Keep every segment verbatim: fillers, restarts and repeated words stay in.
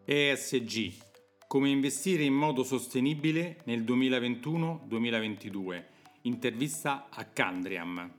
E S G. Come investire in modo sostenibile nel duemilaventuno duemilaventidue. Intervista a Candriam.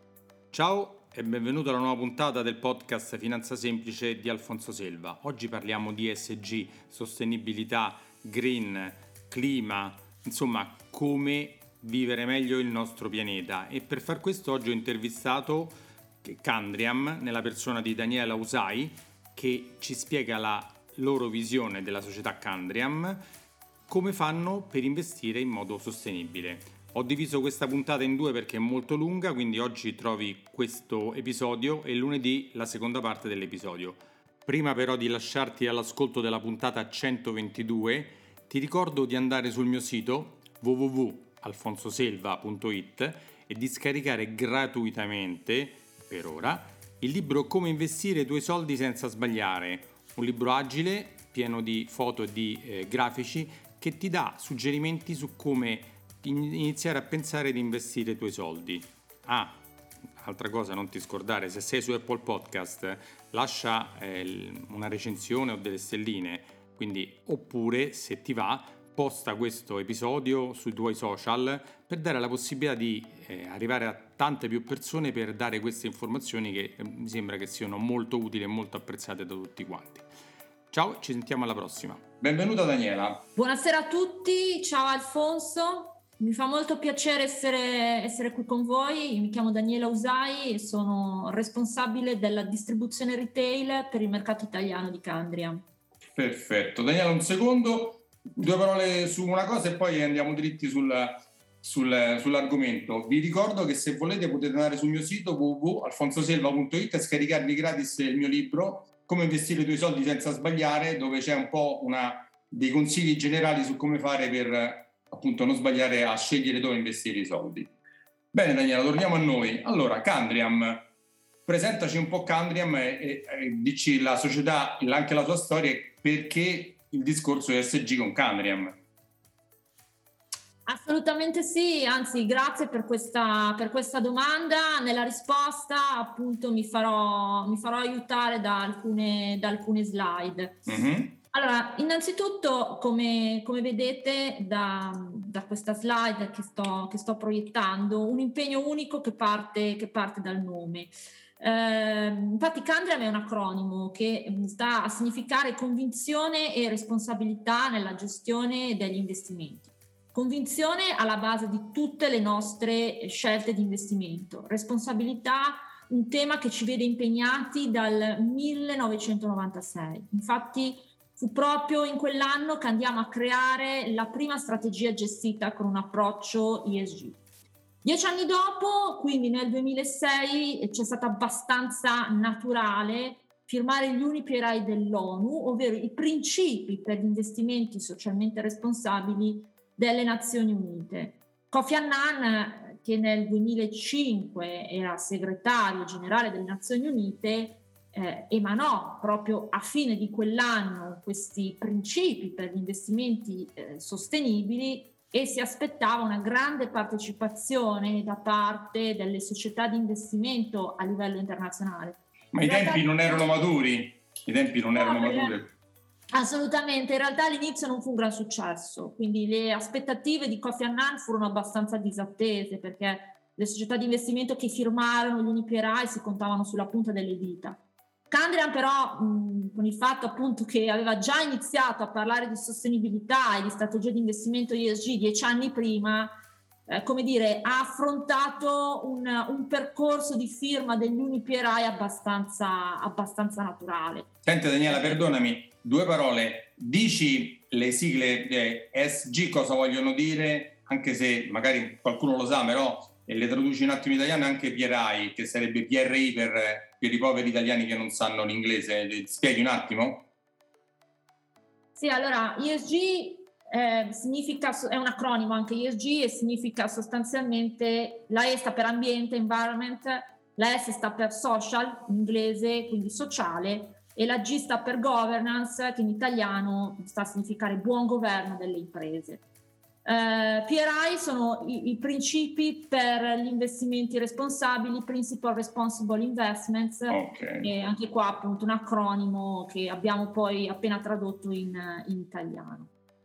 Ciao e benvenuto alla nuova puntata del podcast Finanza Semplice di Alfonso Selva. Oggi parliamo di E S G, sostenibilità, green, clima, insomma come vivere meglio il nostro pianeta. E per far questo oggi ho intervistato Candriam nella persona di Daniela Usai, che ci spiega la loro visione della società Candriam, come fanno per investire in modo sostenibile. Ho diviso questa puntata in due perché è molto lunga, quindi oggi trovi questo episodio e lunedì la seconda parte dell'episodio. Prima però di lasciarti all'ascolto della puntata centoventidue, ti ricordo di andare sul mio sito w w w punto alfonsoselva punto it e di scaricare gratuitamente, per ora, il libro Come investire i tuoi soldi senza sbagliare. Un libro agile, pieno di foto e di eh, grafici, che ti dà suggerimenti su come iniziare a pensare di investire i tuoi soldi. Ah, altra cosa, non ti scordare, se sei su Apple Podcast, lascia eh, una recensione o delle stelline, quindi, oppure, se ti va, posta questo episodio sui tuoi social per dare la possibilità di eh, arrivare a tante più persone, per dare queste informazioni che eh, mi sembra che siano molto utili e molto apprezzate da tutti quanti. Ciao, ci sentiamo alla prossima. Benvenuta Daniela. Buonasera a tutti, ciao Alfonso, mi fa molto piacere essere, essere qui con voi. Mi chiamo Daniela Usai e sono responsabile della distribuzione retail per il mercato italiano di Candriam. Perfetto, Daniela, un secondo, due parole su una cosa e poi andiamo dritti sul, sul, sull'argomento. Vi ricordo che se volete potete andare sul mio sito w w w punto alfonsoselva punto it e scaricarvi gratis il mio libro Come investire i tuoi soldi senza sbagliare, dove c'è un po' una, dei consigli generali su come fare per appunto non sbagliare a scegliere dove investire i soldi. Bene Daniela, torniamo a noi. Allora, Candriam, presentaci un po' Candriam e, e, e dici la società, anche la tua storia, perché il discorso E S G con Candriam. Assolutamente sì, anzi grazie per questa, per questa domanda. Nella risposta appunto mi farò, mi farò aiutare da alcune, da alcune slide. Mm-hmm. Allora, innanzitutto come, come vedete da, da questa slide che sto, che sto proiettando, un impegno unico che parte, che parte dal nome. Eh, infatti Candriam è un acronimo che sta a significare convinzione e responsabilità nella gestione degli investimenti. Convinzione alla base di tutte le nostre scelte di investimento, responsabilità, un tema che ci vede impegnati dal millenovecentonovantasei. Infatti fu proprio in quell'anno che andiamo a creare la prima strategia gestita con un approccio E S G. Dieci anni dopo, quindi nel duemilasei, c'è stato abbastanza naturale firmare gli U N I P R I dell'ONU, ovvero i principi per gli investimenti socialmente responsabili delle Nazioni Unite. Kofi Annan, che nel duemilacinque era segretario generale delle Nazioni Unite, eh, emanò proprio a fine di quell'anno questi principi per gli investimenti eh, sostenibili, e si aspettava una grande partecipazione da parte delle società di investimento a livello internazionale. Ma i tempi non erano maturi? I tempi non erano maturi? Assolutamente, in realtà all'inizio non fu un gran successo, quindi le aspettative di Kofi Annan furono abbastanza disattese, perché le società di investimento che firmarono gli U N I P R I si contavano sulla punta delle dita. Candriam però, mh, con il fatto appunto che aveva già iniziato a parlare di sostenibilità e di strategia di investimento E S G dieci anni prima, eh, come dire, ha affrontato un, un percorso di firma degli U N I P R I abbastanza, abbastanza naturale. Senti Daniela, perdonami, due parole, dici le sigle eh, E S G cosa vogliono dire, anche se magari qualcuno lo sa, però e le traduci un attimo in italiano, anche P R I, che sarebbe P R I per, per i poveri italiani che non sanno l'inglese. Spieghi un attimo? Sì, allora E S G eh, significa, è un acronimo anche E S G, e significa sostanzialmente, la E sta per ambiente, environment, la S sta per social, in inglese, quindi sociale, e la G sta per governance, che in italiano sta a significare buon governo delle imprese. Eh, P R I sono i, i principi per gli investimenti responsabili, Principle Responsible Investments, okay. E anche qua appunto un acronimo che abbiamo poi appena tradotto in, in italiano.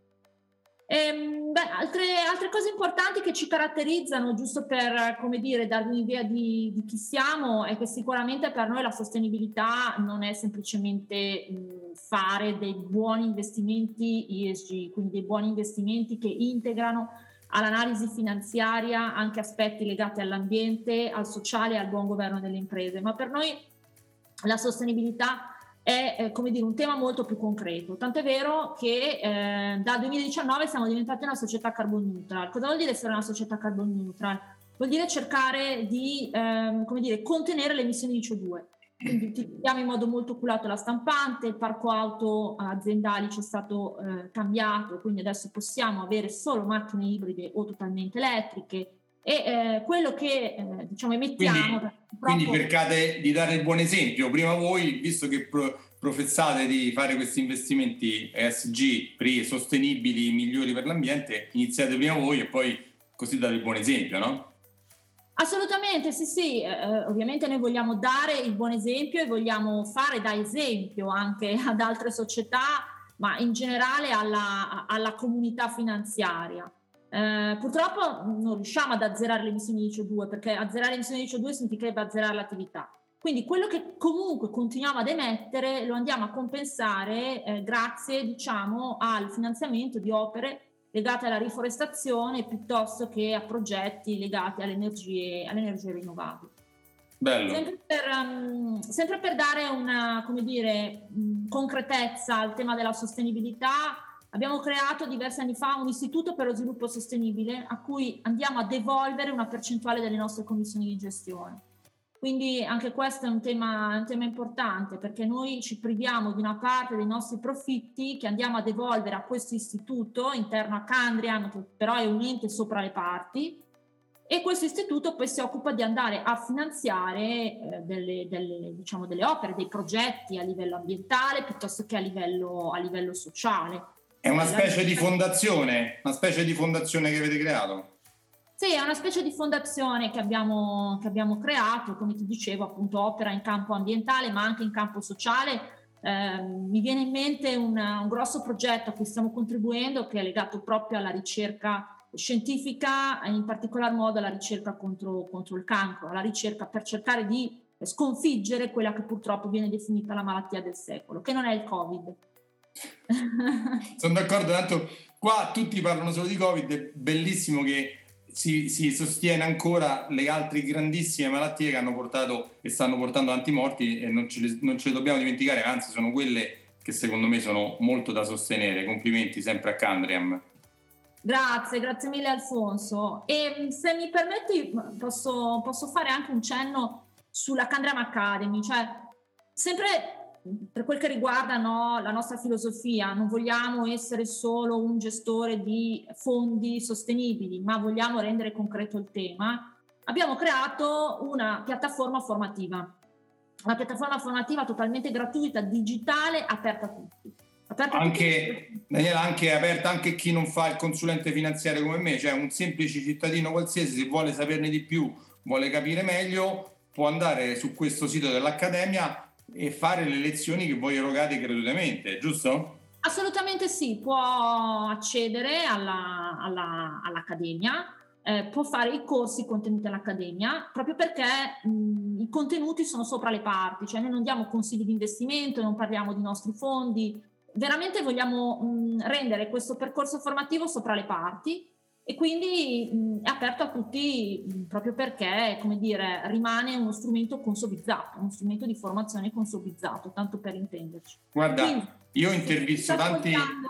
Ehm, beh, altre, altre cose importanti che ci caratterizzano, giusto per, come dire, darvi un'idea di, di chi siamo, è che sicuramente per noi la sostenibilità non è semplicemente mh, fare dei buoni investimenti E S G, quindi dei buoni investimenti che integrano all'analisi finanziaria anche aspetti legati all'ambiente, al sociale e al buon governo delle imprese, ma per noi la sostenibilità è eh, come dire un tema molto più concreto, tant'è vero che eh, dal duemiladiciannove siamo diventati una società carbon neutral. Cosa vuol dire essere una società carbon neutral? Vuol dire cercare di ehm, come dire, contenere le emissioni di C O due. Quindi utilizziamo in modo molto oculato la stampante, il parco auto aziendali ci è stato eh, cambiato, quindi adesso possiamo avere solo macchine ibride o totalmente elettriche, e eh, quello che eh, diciamo emettiamo. Quindi, quindi cercate di dare il buon esempio prima voi, visto che pro, professate di fare questi investimenti E S G sostenibili, migliori per l'ambiente, iniziate prima voi e poi così date il buon esempio, no? Assolutamente, sì, sì, eh, ovviamente noi vogliamo dare il buon esempio e vogliamo fare da esempio anche ad altre società, ma in generale alla, alla comunità finanziaria. Eh, purtroppo non riusciamo ad azzerare le emissioni di C O due, perché azzerare le emissioni di C O due significherebbe azzerare l'attività. Quindi quello che comunque continuiamo ad emettere lo andiamo a compensare eh, grazie, diciamo, al finanziamento di opere legate alla riforestazione piuttosto che a progetti legati alle energie, alle energie rinnovabili. Bello. Sempre per, um, sempre per dare una, come dire, mh, concretezza al tema della sostenibilità, abbiamo creato diversi anni fa un istituto per lo sviluppo sostenibile a cui andiamo a devolvere una percentuale delle nostre commissioni di gestione. Quindi anche questo è un tema, un tema importante, perché noi ci priviamo di una parte dei nostri profitti che andiamo a devolvere a questo istituto interno a Candriam, che però è un ente sopra le parti, e questo istituto poi si occupa di andare a finanziare eh, delle, delle, diciamo, delle opere, dei progetti a livello ambientale piuttosto che a livello, a livello sociale. È una specie di fondazione, una specie di fondazione che avete creato? Sì, è una specie di fondazione che abbiamo, che abbiamo creato, come ti dicevo, appunto opera in campo ambientale ma anche in campo sociale. Eh, mi viene in mente un, un grosso progetto a cui stiamo contribuendo che è legato proprio alla ricerca scientifica, in particolar modo alla ricerca contro, contro il cancro, alla ricerca per cercare di sconfiggere quella che purtroppo viene definita la malattia del secolo, che non è il Covid. Sono d'accordo, tanto qua tutti parlano solo di Covid, è bellissimo che Si, si sostiene ancora le altre grandissime malattie che hanno portato e stanno portando tanti morti, e non ce, le, non ce le dobbiamo dimenticare, anzi sono quelle che secondo me sono molto da sostenere. Complimenti sempre a Candriam. Grazie, grazie mille Alfonso. E se mi permetti posso, posso fare anche un cenno sulla Candriam Academy, cioè sempre per quel che riguarda no, la nostra filosofia, non vogliamo essere solo un gestore di fondi sostenibili, ma vogliamo rendere concreto il tema. Abbiamo creato una piattaforma formativa, una piattaforma formativa totalmente gratuita, digitale, aperta a tutti. Aperta anche, a tutti. Daniela, anche aperta anche a chi non fa il consulente finanziario come me, cioè un semplice cittadino qualsiasi, se vuole saperne di più, vuole capire meglio, può andare su questo sito dell'Accademia e fare le lezioni che voi erogate gratuitamente, giusto? Assolutamente sì, può accedere alla, alla, all'Accademia, eh, può fare i corsi contenuti all'Accademia, proprio perché mh, i contenuti sono sopra le parti, cioè noi non diamo consigli di investimento, non parliamo di nostri fondi, veramente vogliamo mh, rendere questo percorso formativo sopra le parti. E quindi mh, è aperto a tutti mh, proprio perché, come dire, rimane uno strumento consolizzato, uno strumento di formazione consolizzato, tanto per intenderci. Guarda, quindi, io ho intervisto tanti,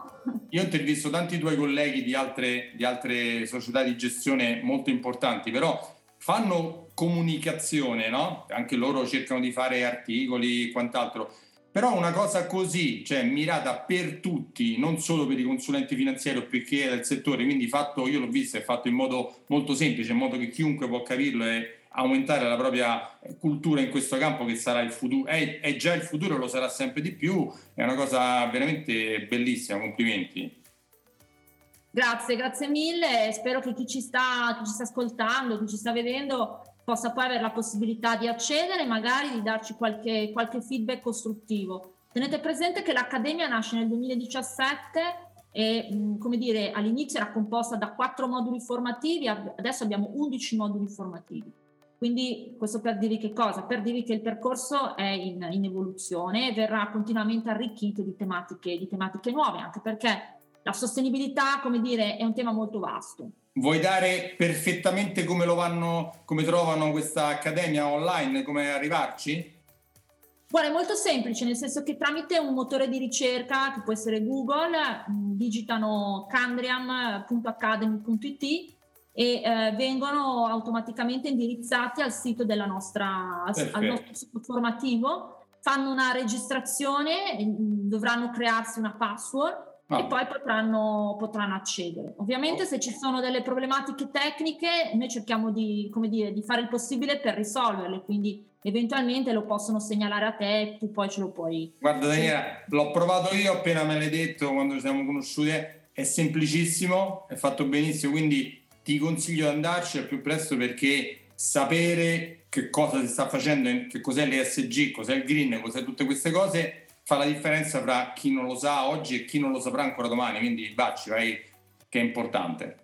io ho intervisto tanti tuoi colleghi di altre, di altre società di gestione molto importanti, però fanno comunicazione, no? Anche loro cercano di fare articoli e quant'altro. Però una cosa così, cioè mirata per tutti, non solo per i consulenti finanziari o per chi è del settore, quindi fatto, io l'ho visto, è fatto in modo molto semplice, in modo che chiunque può capirlo e aumentare la propria cultura in questo campo, che sarà il futuro, è, è già il futuro, lo sarà sempre di più, è una cosa veramente bellissima, complimenti. Grazie, grazie mille. Spero che chi ci sta, chi ci sta ascoltando, chi ci sta vedendo possa poi avere la possibilità di accedere e magari di darci qualche, qualche feedback costruttivo. Tenete presente che l'Accademia nasce nel duemiladiciassette e, come dire, all'inizio era composta da quattro moduli formativi, adesso abbiamo undici moduli formativi. Quindi questo per dirvi che cosa? Per dirvi che il percorso è in, in evoluzione e verrà continuamente arricchito di tematiche, di tematiche nuove, anche perché la sostenibilità, come dire, è un tema molto vasto. Vuoi dare perfettamente come lo vanno, come trovano questa accademia online, come arrivarci? Guarda, è molto semplice, nel senso che tramite un motore di ricerca, che può essere Google, digitano candriam punto academy punto it e eh, vengono automaticamente indirizzati al sito della nostra, al nostro sito formativo, fanno una registrazione, dovranno crearsi una password ah. e poi potranno, potranno accedere. Ovviamente oh. se ci sono delle problematiche tecniche, noi cerchiamo di, come dire, di fare il possibile per risolverle, quindi eventualmente lo possono segnalare a te e tu poi ce lo puoi... Guarda Daniela, l'ho provato io appena me l'hai detto quando ci siamo conosciuti, è semplicissimo, è fatto benissimo, quindi ti consiglio di andarci al più presto perché sapere che cosa si sta facendo, che cos'è l'E S G, cos'è il green, cos'è tutte queste cose, fa la differenza fra chi non lo sa oggi e chi non lo saprà ancora domani, quindi vacci, vai, che è importante.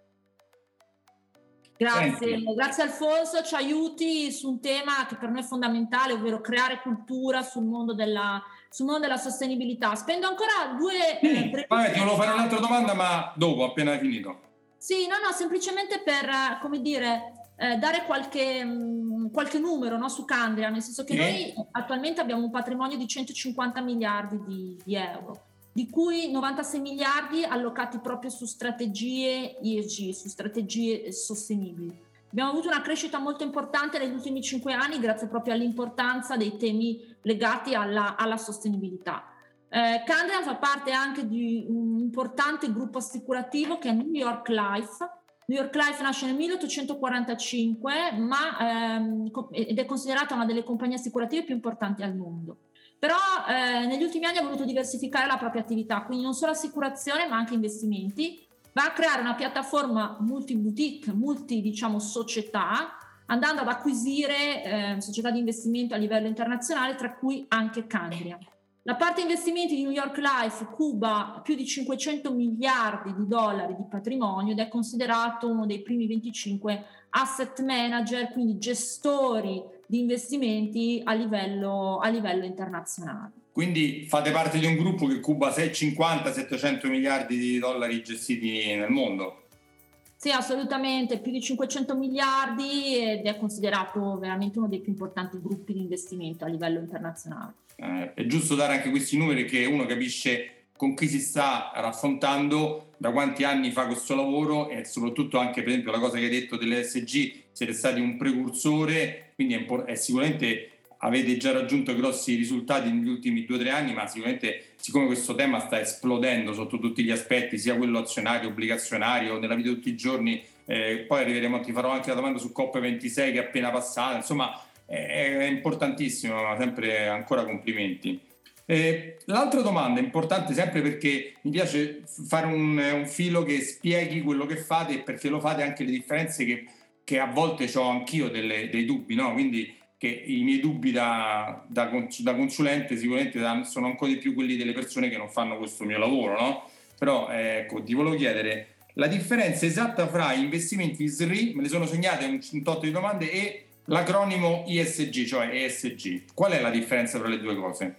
Grazie, Senti. grazie Alfonso, ci aiuti su un tema che per noi è fondamentale, ovvero creare cultura sul mondo della, sul mondo della sostenibilità. Spendo ancora due... Sì, eh, vabbè, ti volevo fare un'altra domanda, ma dopo, appena hai finito. Sì, no, no, semplicemente per, come dire, eh, dare qualche, mh, qualche numero, no, su Candria, nel senso che sì. noi attualmente abbiamo un patrimonio di centocinquanta miliardi di, di euro, di cui novantasei miliardi allocati proprio su strategie E S G, su strategie sostenibili. Abbiamo avuto una crescita molto importante negli ultimi cinque anni grazie proprio all'importanza dei temi legati alla, alla sostenibilità. Eh, Candriam fa parte anche di un importante gruppo assicurativo che è New York Life. New York Life nasce nel milleottocentoquarantacinque ma, ehm, ed è considerata una delle compagnie assicurative più importanti al mondo. Però eh, negli ultimi anni ha voluto diversificare la propria attività, quindi non solo assicurazione ma anche investimenti. Va a creare una piattaforma multi-boutique, multi, diciamo, società, andando ad acquisire eh, società di investimento a livello internazionale, tra cui anche Candriam. La parte investimenti di New York Life cuba più di cinquecento miliardi di dollari di patrimonio ed è considerato uno dei primi venticinque asset manager, quindi gestori di investimenti a livello, a livello internazionale. Quindi fate parte di un gruppo che cuba seicentocinquanta settecento miliardi di dollari gestiti nel mondo? Sì, assolutamente, più di cinquecento miliardi ed è considerato veramente uno dei più importanti gruppi di investimento a livello internazionale. Eh, è giusto dare anche questi numeri che uno capisce con chi si sta raffrontando, da quanti anni fa questo lavoro e soprattutto anche per esempio la cosa che hai detto dell'E S G, siete stati un precursore, quindi è, impor- è sicuramente avete già raggiunto grossi risultati negli ultimi due o tre anni, ma sicuramente siccome questo tema sta esplodendo sotto tutti gli aspetti, sia quello azionario, obbligazionario, nella vita di tutti i giorni, eh, poi arriveremo, ti farò anche la domanda su COP ventisei che è appena passata, insomma è, è importantissimo, ma sempre ancora complimenti. Eh, l'altra domanda è importante sempre perché mi piace fare un, un filo che spieghi quello che fate e perché lo fate, anche le differenze che, che a volte ho anch'io delle, dei dubbi, no? Quindi che i miei dubbi da, da, da consulente sicuramente sono ancora di più quelli delle persone che non fanno questo mio lavoro, no? Però ecco, ti volevo chiedere la differenza esatta fra investimenti S R I, me ne sono segnate un, un tot di domande, e l'acronimo I S G, cioè E S G. Qual è la differenza tra le due cose?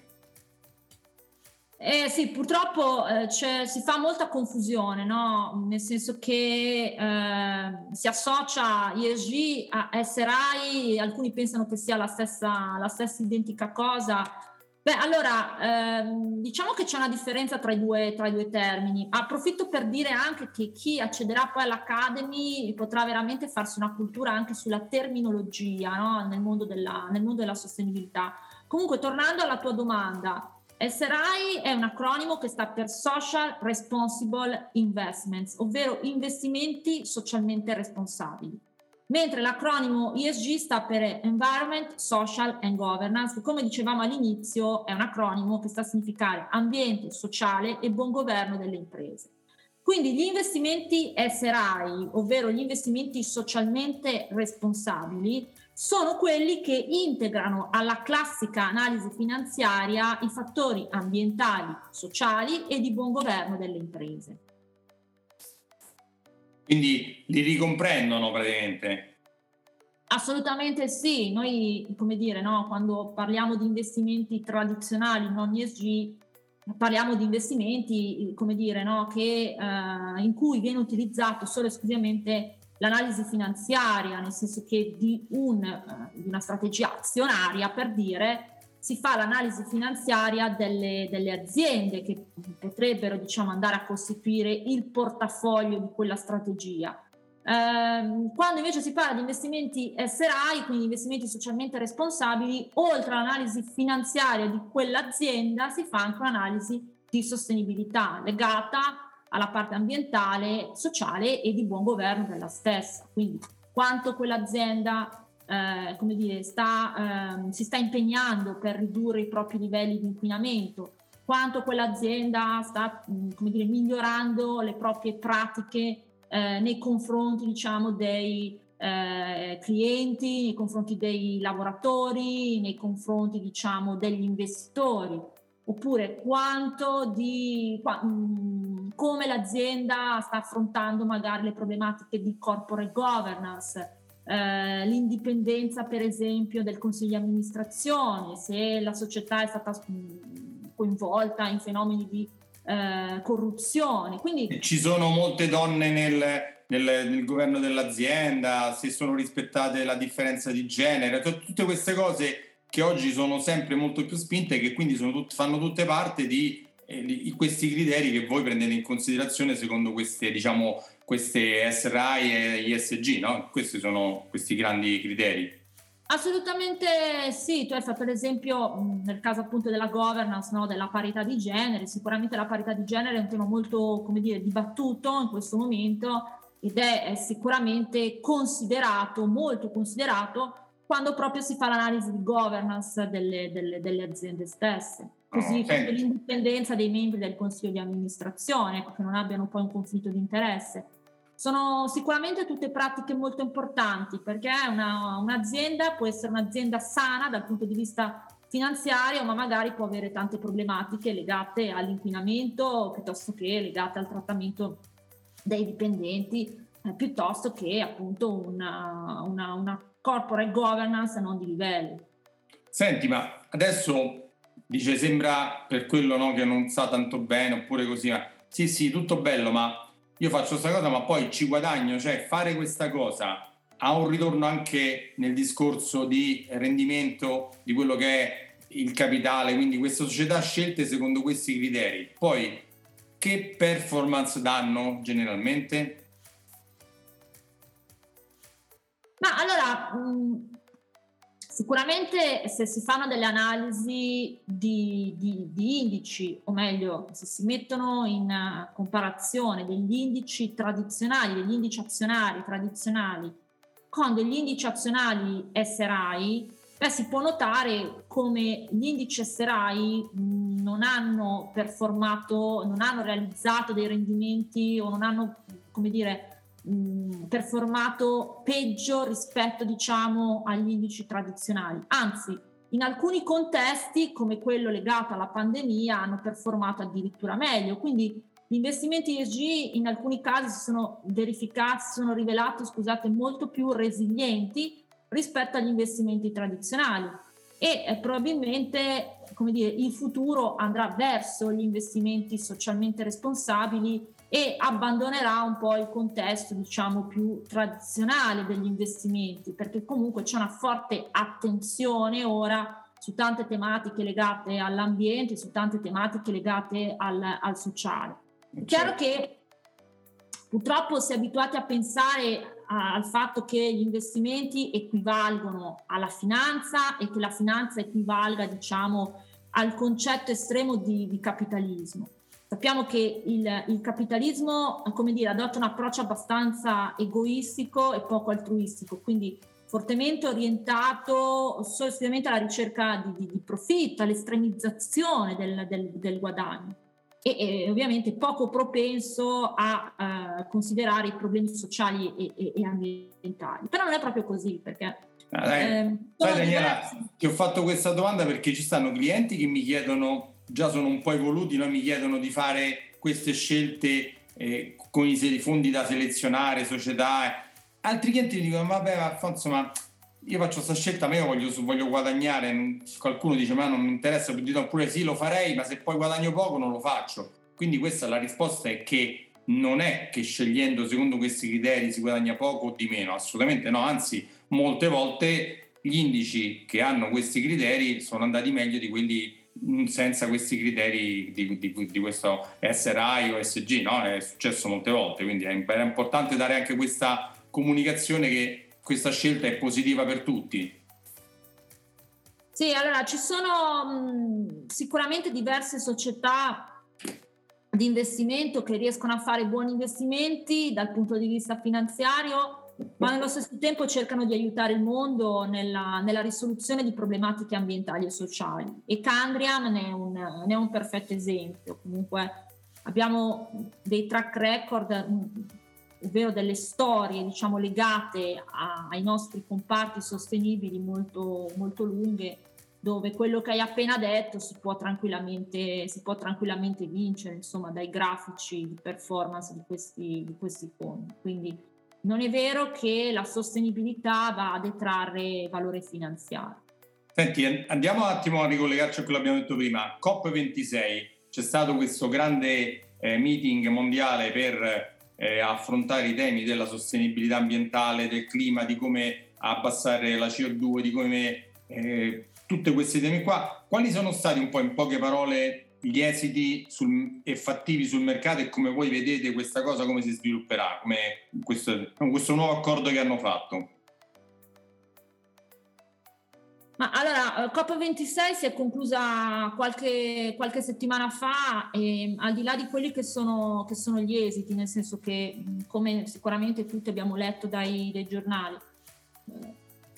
Eh sì, purtroppo eh, si fa molta confusione, no? Nel senso che eh, si associa E S G a S R I, alcuni pensano che sia la stessa, la stessa identica cosa. Beh, allora, ehm, diciamo che c'è una differenza tra i due, tra i due termini. Approfitto per dire anche che chi accederà poi all'Academy potrà veramente farsi una cultura anche sulla terminologia, no? Nel mondo della, nel mondo della sostenibilità. Comunque, tornando alla tua domanda, S R I è un acronimo che sta per Social Responsible Investments, ovvero investimenti socialmente responsabili, mentre l'acronimo E S G sta per Environment, Social and Governance, che come dicevamo all'inizio è un acronimo che sta a significare ambiente, sociale e buon governo delle imprese. Quindi gli investimenti S R I, ovvero gli investimenti socialmente responsabili, sono quelli che integrano alla classica analisi finanziaria i fattori ambientali, sociali e di buon governo delle imprese. Quindi li ricomprendono praticamente? Assolutamente sì. Noi, come dire, no, quando parliamo di investimenti tradizionali non E S G, parliamo di investimenti, come dire, no, che, eh, in cui viene utilizzato solo e esclusivamente l'analisi finanziaria, nel senso che di, un, uh, di una strategia azionaria, per dire, si fa l'analisi finanziaria delle, delle aziende che potrebbero, diciamo, andare a costituire il portafoglio di quella strategia. Eh, quando invece si parla di investimenti S R I, quindi investimenti socialmente responsabili, oltre all'analisi finanziaria di quell'azienda si fa anche un'analisi di sostenibilità legata alla parte ambientale, sociale e di buon governo della stessa. Quindi quanto quell'azienda eh, come dire, sta, eh, si sta impegnando per ridurre i propri livelli di inquinamento, quanto quell'azienda sta come dire, migliorando le proprie pratiche Eh, nei confronti, diciamo, dei eh, clienti, nei confronti dei lavoratori, nei confronti, diciamo, degli investitori, oppure quanto di qua, mh, come l'azienda sta affrontando magari le problematiche di corporate governance, eh, l'indipendenza per esempio del consiglio di amministrazione, se la società è stata mh, coinvolta in fenomeni di Eh, corruzione. Quindi ci sono molte donne nel, nel, nel governo dell'azienda, se sono rispettate la differenza di genere, t- tutte queste cose che oggi sono sempre molto più spinte, che quindi sono tut- fanno tutte parte di, eh, di questi criteri che voi prendete in considerazione secondo queste, diciamo, queste S R I e E S G, no? Questi sono questi grandi criteri. Assolutamente sì, tu hai fatto l'esempio nel caso appunto della governance, no, della parità di genere. Sicuramente la parità di genere è un tema molto, come dire, dibattuto in questo momento ed è, è sicuramente considerato, molto considerato, quando proprio si fa l'analisi di governance delle, delle, delle aziende stesse. Così oh, come l'indipendenza dei membri del consiglio di amministrazione, che non abbiano poi un conflitto di interesse. Sono sicuramente tutte pratiche molto importanti, perché una, un'azienda può essere un'azienda sana dal punto di vista finanziario, ma magari può avere tante problematiche legate all'inquinamento piuttosto che legate al trattamento dei dipendenti, eh, piuttosto che appunto una, una, una corporate governance non di livello. Senti, ma adesso dice sembra per quello, no, che non sa tanto bene oppure così, ma sì sì tutto bello, ma io faccio questa cosa ma poi ci guadagno, cioè fare questa cosa ha un ritorno anche nel discorso di rendimento di quello che è il capitale, quindi queste società scelte secondo questi criteri, poi che performance danno generalmente? Ma allora, mh, sicuramente se si fanno delle analisi di, di, di indici, o meglio, se si mettono in uh, comparazione degli indici tradizionali, degli indici azionari tradizionali con degli indici azionali S R I, beh, si può notare come gli indici S R I mh, non hanno performato, non hanno realizzato dei rendimenti o non hanno, come dire, performato peggio rispetto, diciamo, agli indici tradizionali. Anzi, in alcuni contesti, come quello legato alla pandemia, hanno performato addirittura meglio. Quindi gli investimenti E S G in alcuni casi si sono verificati, si sono rivelati, scusate, molto più resilienti rispetto agli investimenti tradizionali. E eh, probabilmente, come dire, il futuro andrà verso gli investimenti socialmente responsabili e abbandonerà un po' il contesto, diciamo, più tradizionale degli investimenti, perché comunque c'è una forte attenzione ora su tante tematiche legate all'ambiente, su tante tematiche legate al, al sociale. È chiaro che purtroppo si è abituati a pensare a, al fatto che gli investimenti equivalgono alla finanza e che la finanza equivalga, diciamo, al concetto estremo di, di capitalismo. Sappiamo che il, il capitalismo, come dire, adotta un approccio abbastanza egoistico e poco altruistico, quindi fortemente orientato solamente alla ricerca di, di, di profitto, all'estremizzazione del, del, del guadagno. e, e ovviamente poco propenso a, a considerare i problemi sociali e, e, e ambientali. Però non è proprio così, perché ah, dai, eh, sai Daniela, diversi... ti ho fatto questa domanda perché ci stanno clienti che mi chiedono, già sono un po' evoluti, no? Mi chiedono di fare queste scelte eh, con i fondi da selezionare, società. Eh. Altri clienti mi dicono, vabbè Alfonso, ma io faccio questa scelta, ma io voglio, voglio guadagnare. Qualcuno dice, ma non mi interessa, oppure sì, lo farei, ma se poi guadagno poco non lo faccio. Quindi questa la risposta è che non è che scegliendo secondo questi criteri si guadagna poco o di meno, assolutamente no, anzi molte volte gli indici che hanno questi criteri sono andati meglio di quelli senza questi criteri di, di, di questo S R I o S G, no? È successo molte volte, quindi è importante dare anche questa comunicazione che questa scelta è positiva per tutti. Sì, allora ci sono mh, sicuramente diverse società di investimento che riescono a fare buoni investimenti dal punto di vista finanziario, ma nello stesso tempo cercano di aiutare il mondo nella, nella risoluzione di problematiche ambientali e sociali. E Candriam ne è un, ne è un perfetto esempio. Comunque abbiamo dei track record, ovvero delle storie, diciamo, legate a, ai nostri comparti sostenibili molto, molto lunghe, dove quello che hai appena detto si può tranquillamente, si può tranquillamente vincere, insomma, dai grafici di performance di questi, di questi fondi. Quindi non è vero che la sostenibilità va a detrarre valore finanziario. Senti, andiamo un attimo a ricollegarci a quello che abbiamo detto prima. COP ventisei, c'è stato questo grande eh, meeting mondiale per eh, affrontare i temi della sostenibilità ambientale, del clima, di come abbassare la C O due, di come eh, tutti questi temi qua. Quali sono stati un po' in poche parole gli esiti sul, e fattivi sul mercato e come voi vedete questa cosa, come si svilupperà, come questo, questo nuovo accordo che hanno fatto? Ma allora, COP ventisei si è conclusa qualche, qualche settimana fa e al di là di quelli che sono, che sono gli esiti, nel senso che, come sicuramente tutti abbiamo letto dai, dai giornali, eh,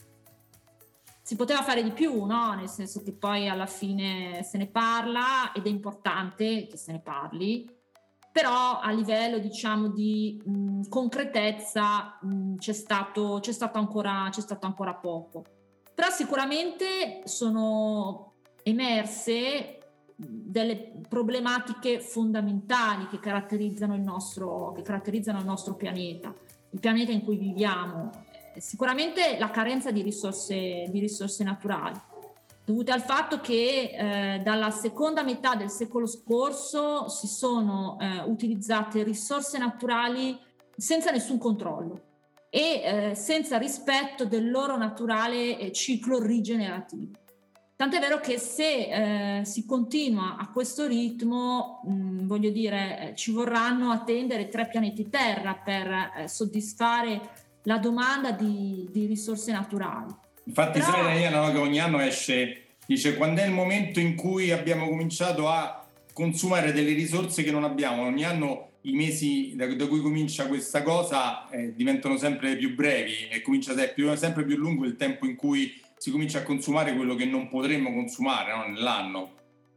si poteva fare di più, no? Nel senso che poi alla fine se ne parla ed è importante che se ne parli, però a livello, diciamo, di mh, concretezza mh, c'è stato, c'è stato ancora, c'è stato ancora poco. Però sicuramente sono emerse delle problematiche fondamentali che caratterizzano il nostro, che caratterizzano il nostro pianeta, il pianeta in cui viviamo. Sicuramente la carenza di risorse, di risorse naturali, dovute al fatto che eh, dalla seconda metà del secolo scorso si sono eh, utilizzate risorse naturali senza nessun controllo e eh, senza rispetto del loro naturale eh, ciclo rigenerativo. Tant'è vero che se eh, si continua a questo ritmo, mh, voglio dire, eh, ci vorranno attendere tre pianeti Terra per eh, soddisfare la domanda di, di risorse naturali. Infatti Però... sai Daniela, no, che ogni anno esce, dice quando è il momento in cui abbiamo cominciato a consumare delle risorse che non abbiamo. Ogni anno i mesi da, da cui comincia questa cosa eh, diventano sempre più brevi e comincia sempre, sempre più lungo il tempo in cui si comincia a consumare quello che non potremmo consumare, no, nell'anno.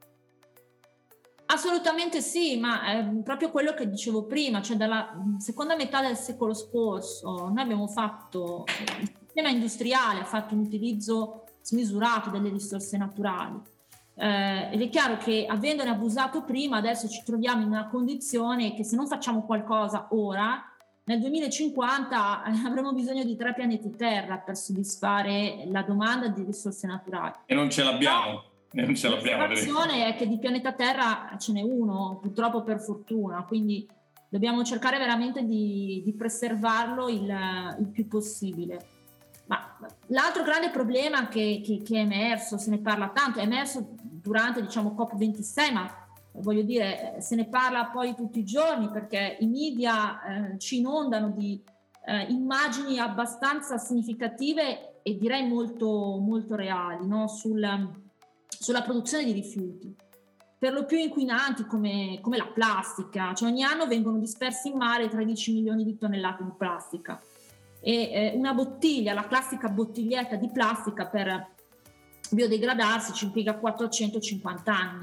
Assolutamente sì, ma è proprio quello che dicevo prima, cioè dalla seconda metà del secolo scorso noi abbiamo fatto, il sistema industriale ha fatto un utilizzo smisurato delle risorse naturali eh, ed è chiaro che avendone abusato prima adesso ci troviamo in una condizione che se non facciamo qualcosa ora, nel duemilacinquanta eh, avremo bisogno di tre pianeti Terra per soddisfare la domanda di risorse naturali. E non ce l'abbiamo. No. Non ce l'abbiamo. La situazione è che di pianeta Terra ce n'è uno, purtroppo per fortuna, quindi dobbiamo cercare veramente di, di preservarlo il, il più possibile. Ma l'altro grande problema che, che, che è emerso, se ne parla tanto, è emerso durante, diciamo, COP ventisei, ma voglio dire, se ne parla poi tutti i giorni perché i media eh, ci inondano di eh, immagini abbastanza significative e direi molto, molto reali, no? Sul sulla produzione di rifiuti, per lo più inquinanti come, come la plastica, cioè ogni anno vengono dispersi in mare tredici milioni di tonnellate di plastica e eh, una bottiglia, la classica bottiglietta di plastica per biodegradarsi ci impiega quattrocentocinquanta anni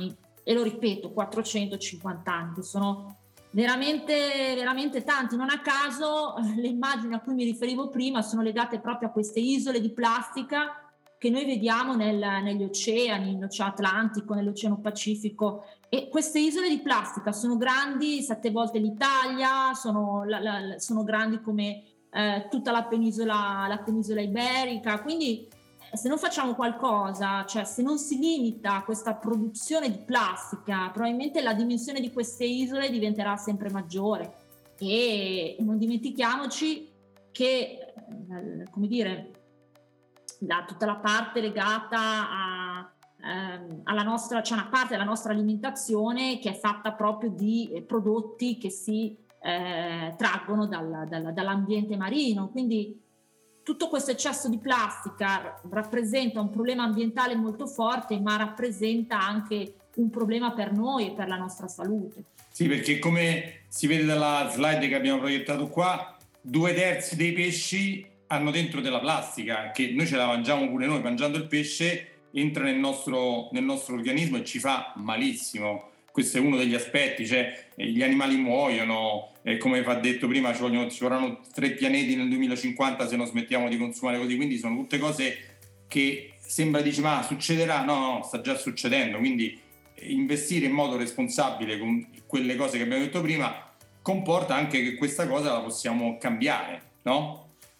e lo ripeto, quattrocentocinquanta anni, che sono veramente, veramente tanti. Non a caso le immagini a cui mi riferivo prima sono legate proprio a queste isole di plastica che noi vediamo nel, negli oceani, nell'Oceano Atlantico, nell'Oceano Pacifico, e queste isole di plastica sono grandi sette volte l'Italia, sono, la, la, sono grandi come eh, tutta la penisola, la penisola iberica, quindi se non facciamo qualcosa, cioè se non si limita questa produzione di plastica, probabilmente la dimensione di queste isole diventerà sempre maggiore. E non dimentichiamoci che, come dire, da tutta la parte legata a, ehm, alla nostra, c'è una parte della nostra alimentazione che è fatta proprio di prodotti che si eh, traggono dal, dal, dall'ambiente marino, quindi tutto questo eccesso di plastica rappresenta un problema ambientale molto forte, ma rappresenta anche un problema per noi e per la nostra salute. Sì, perché come si vede dalla slide che abbiamo proiettato qua, due terzi dei pesci hanno dentro della plastica, che noi ce la mangiamo pure noi. Mangiando il pesce entra nel nostro, nel nostro organismo e ci fa malissimo. Questo è uno degli aspetti, cioè gli animali muoiono, e come va detto prima ci, vogliono, ci vorranno tre pianeti nel duemilacinquanta se non smettiamo di consumare così, quindi sono tutte cose che sembra, dici, ma succederà? No, no, sta già succedendo, quindi investire in modo responsabile con quelle cose che abbiamo detto prima comporta anche che questa cosa la possiamo cambiare, no?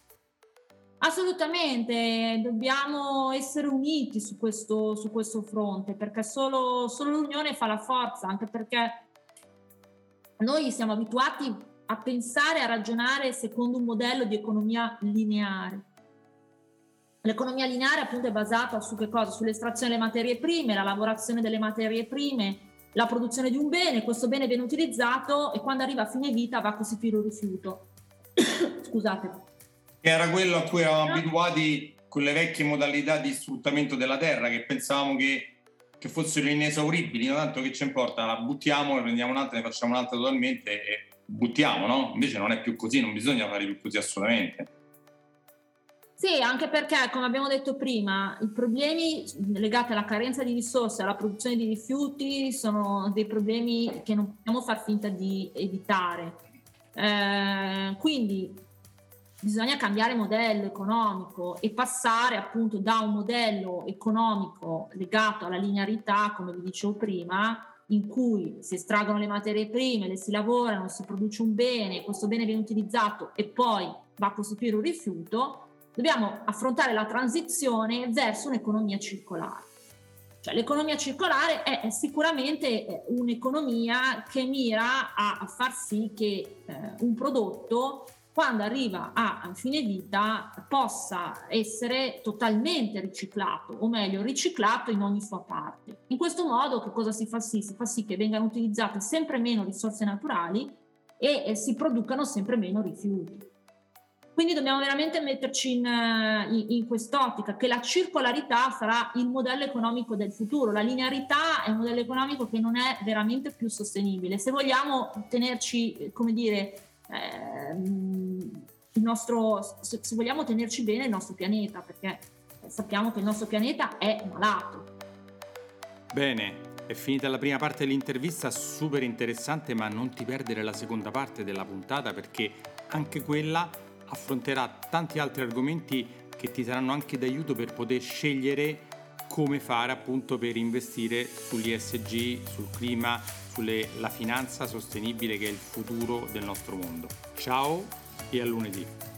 Assolutamente, dobbiamo essere uniti su questo, su questo fronte, perché solo, solo l'unione fa la forza, anche perché noi siamo abituati a pensare, a ragionare secondo un modello di economia lineare. L'economia lineare appunto è basata su che cosa? Sull'estrazione delle materie prime, la lavorazione delle materie prime, la produzione di un bene, questo bene viene utilizzato e quando arriva a fine vita va a costituire un rifiuto. Scusate. Era quello a cui eravamo abituati con le vecchie modalità di sfruttamento della terra, che pensavamo che, che fossero inesauribili, no? Tanto che ci importa, la buttiamo, ne prendiamo un'altra, ne facciamo un'altra totalmente e buttiamo, no? Invece non è più così, non bisogna fare più così assolutamente. Sì, anche perché, come abbiamo detto prima, i problemi legati alla carenza di risorse, alla produzione di rifiuti, sono dei problemi che non possiamo far finta di evitare. Eh, quindi bisogna cambiare modello economico e passare appunto da un modello economico legato alla linearità, come vi dicevo prima, in cui si estraggono le materie prime, le si lavorano, si produce un bene, questo bene viene utilizzato e poi va a costituire un rifiuto. Dobbiamo affrontare la transizione verso un'economia circolare. Cioè, l'economia circolare è sicuramente un'economia che mira a far sì che eh, un prodotto, quando arriva a fine vita, possa essere totalmente riciclato, o meglio riciclato in ogni sua parte. In questo modo che cosa si fa sì? Si fa sì che vengano utilizzate sempre meno risorse naturali e, e si producano sempre meno rifiuti. Quindi dobbiamo veramente metterci in, in, in quest'ottica, che la circolarità sarà il modello economico del futuro. La linearità è un modello economico che non è veramente più sostenibile. Se vogliamo tenerci, come dire, ehm, il nostro, se, se vogliamo tenerci bene il nostro pianeta, perché sappiamo che il nostro pianeta è malato. Bene, è finita la prima parte dell'intervista, super interessante, ma non ti perdere la seconda parte della puntata, perché anche quella affronterà tanti altri argomenti che ti saranno anche d'aiuto per poter scegliere come fare appunto per investire sugli E S G, sul clima, sulla finanza sostenibile che è il futuro del nostro mondo. Ciao e a lunedì!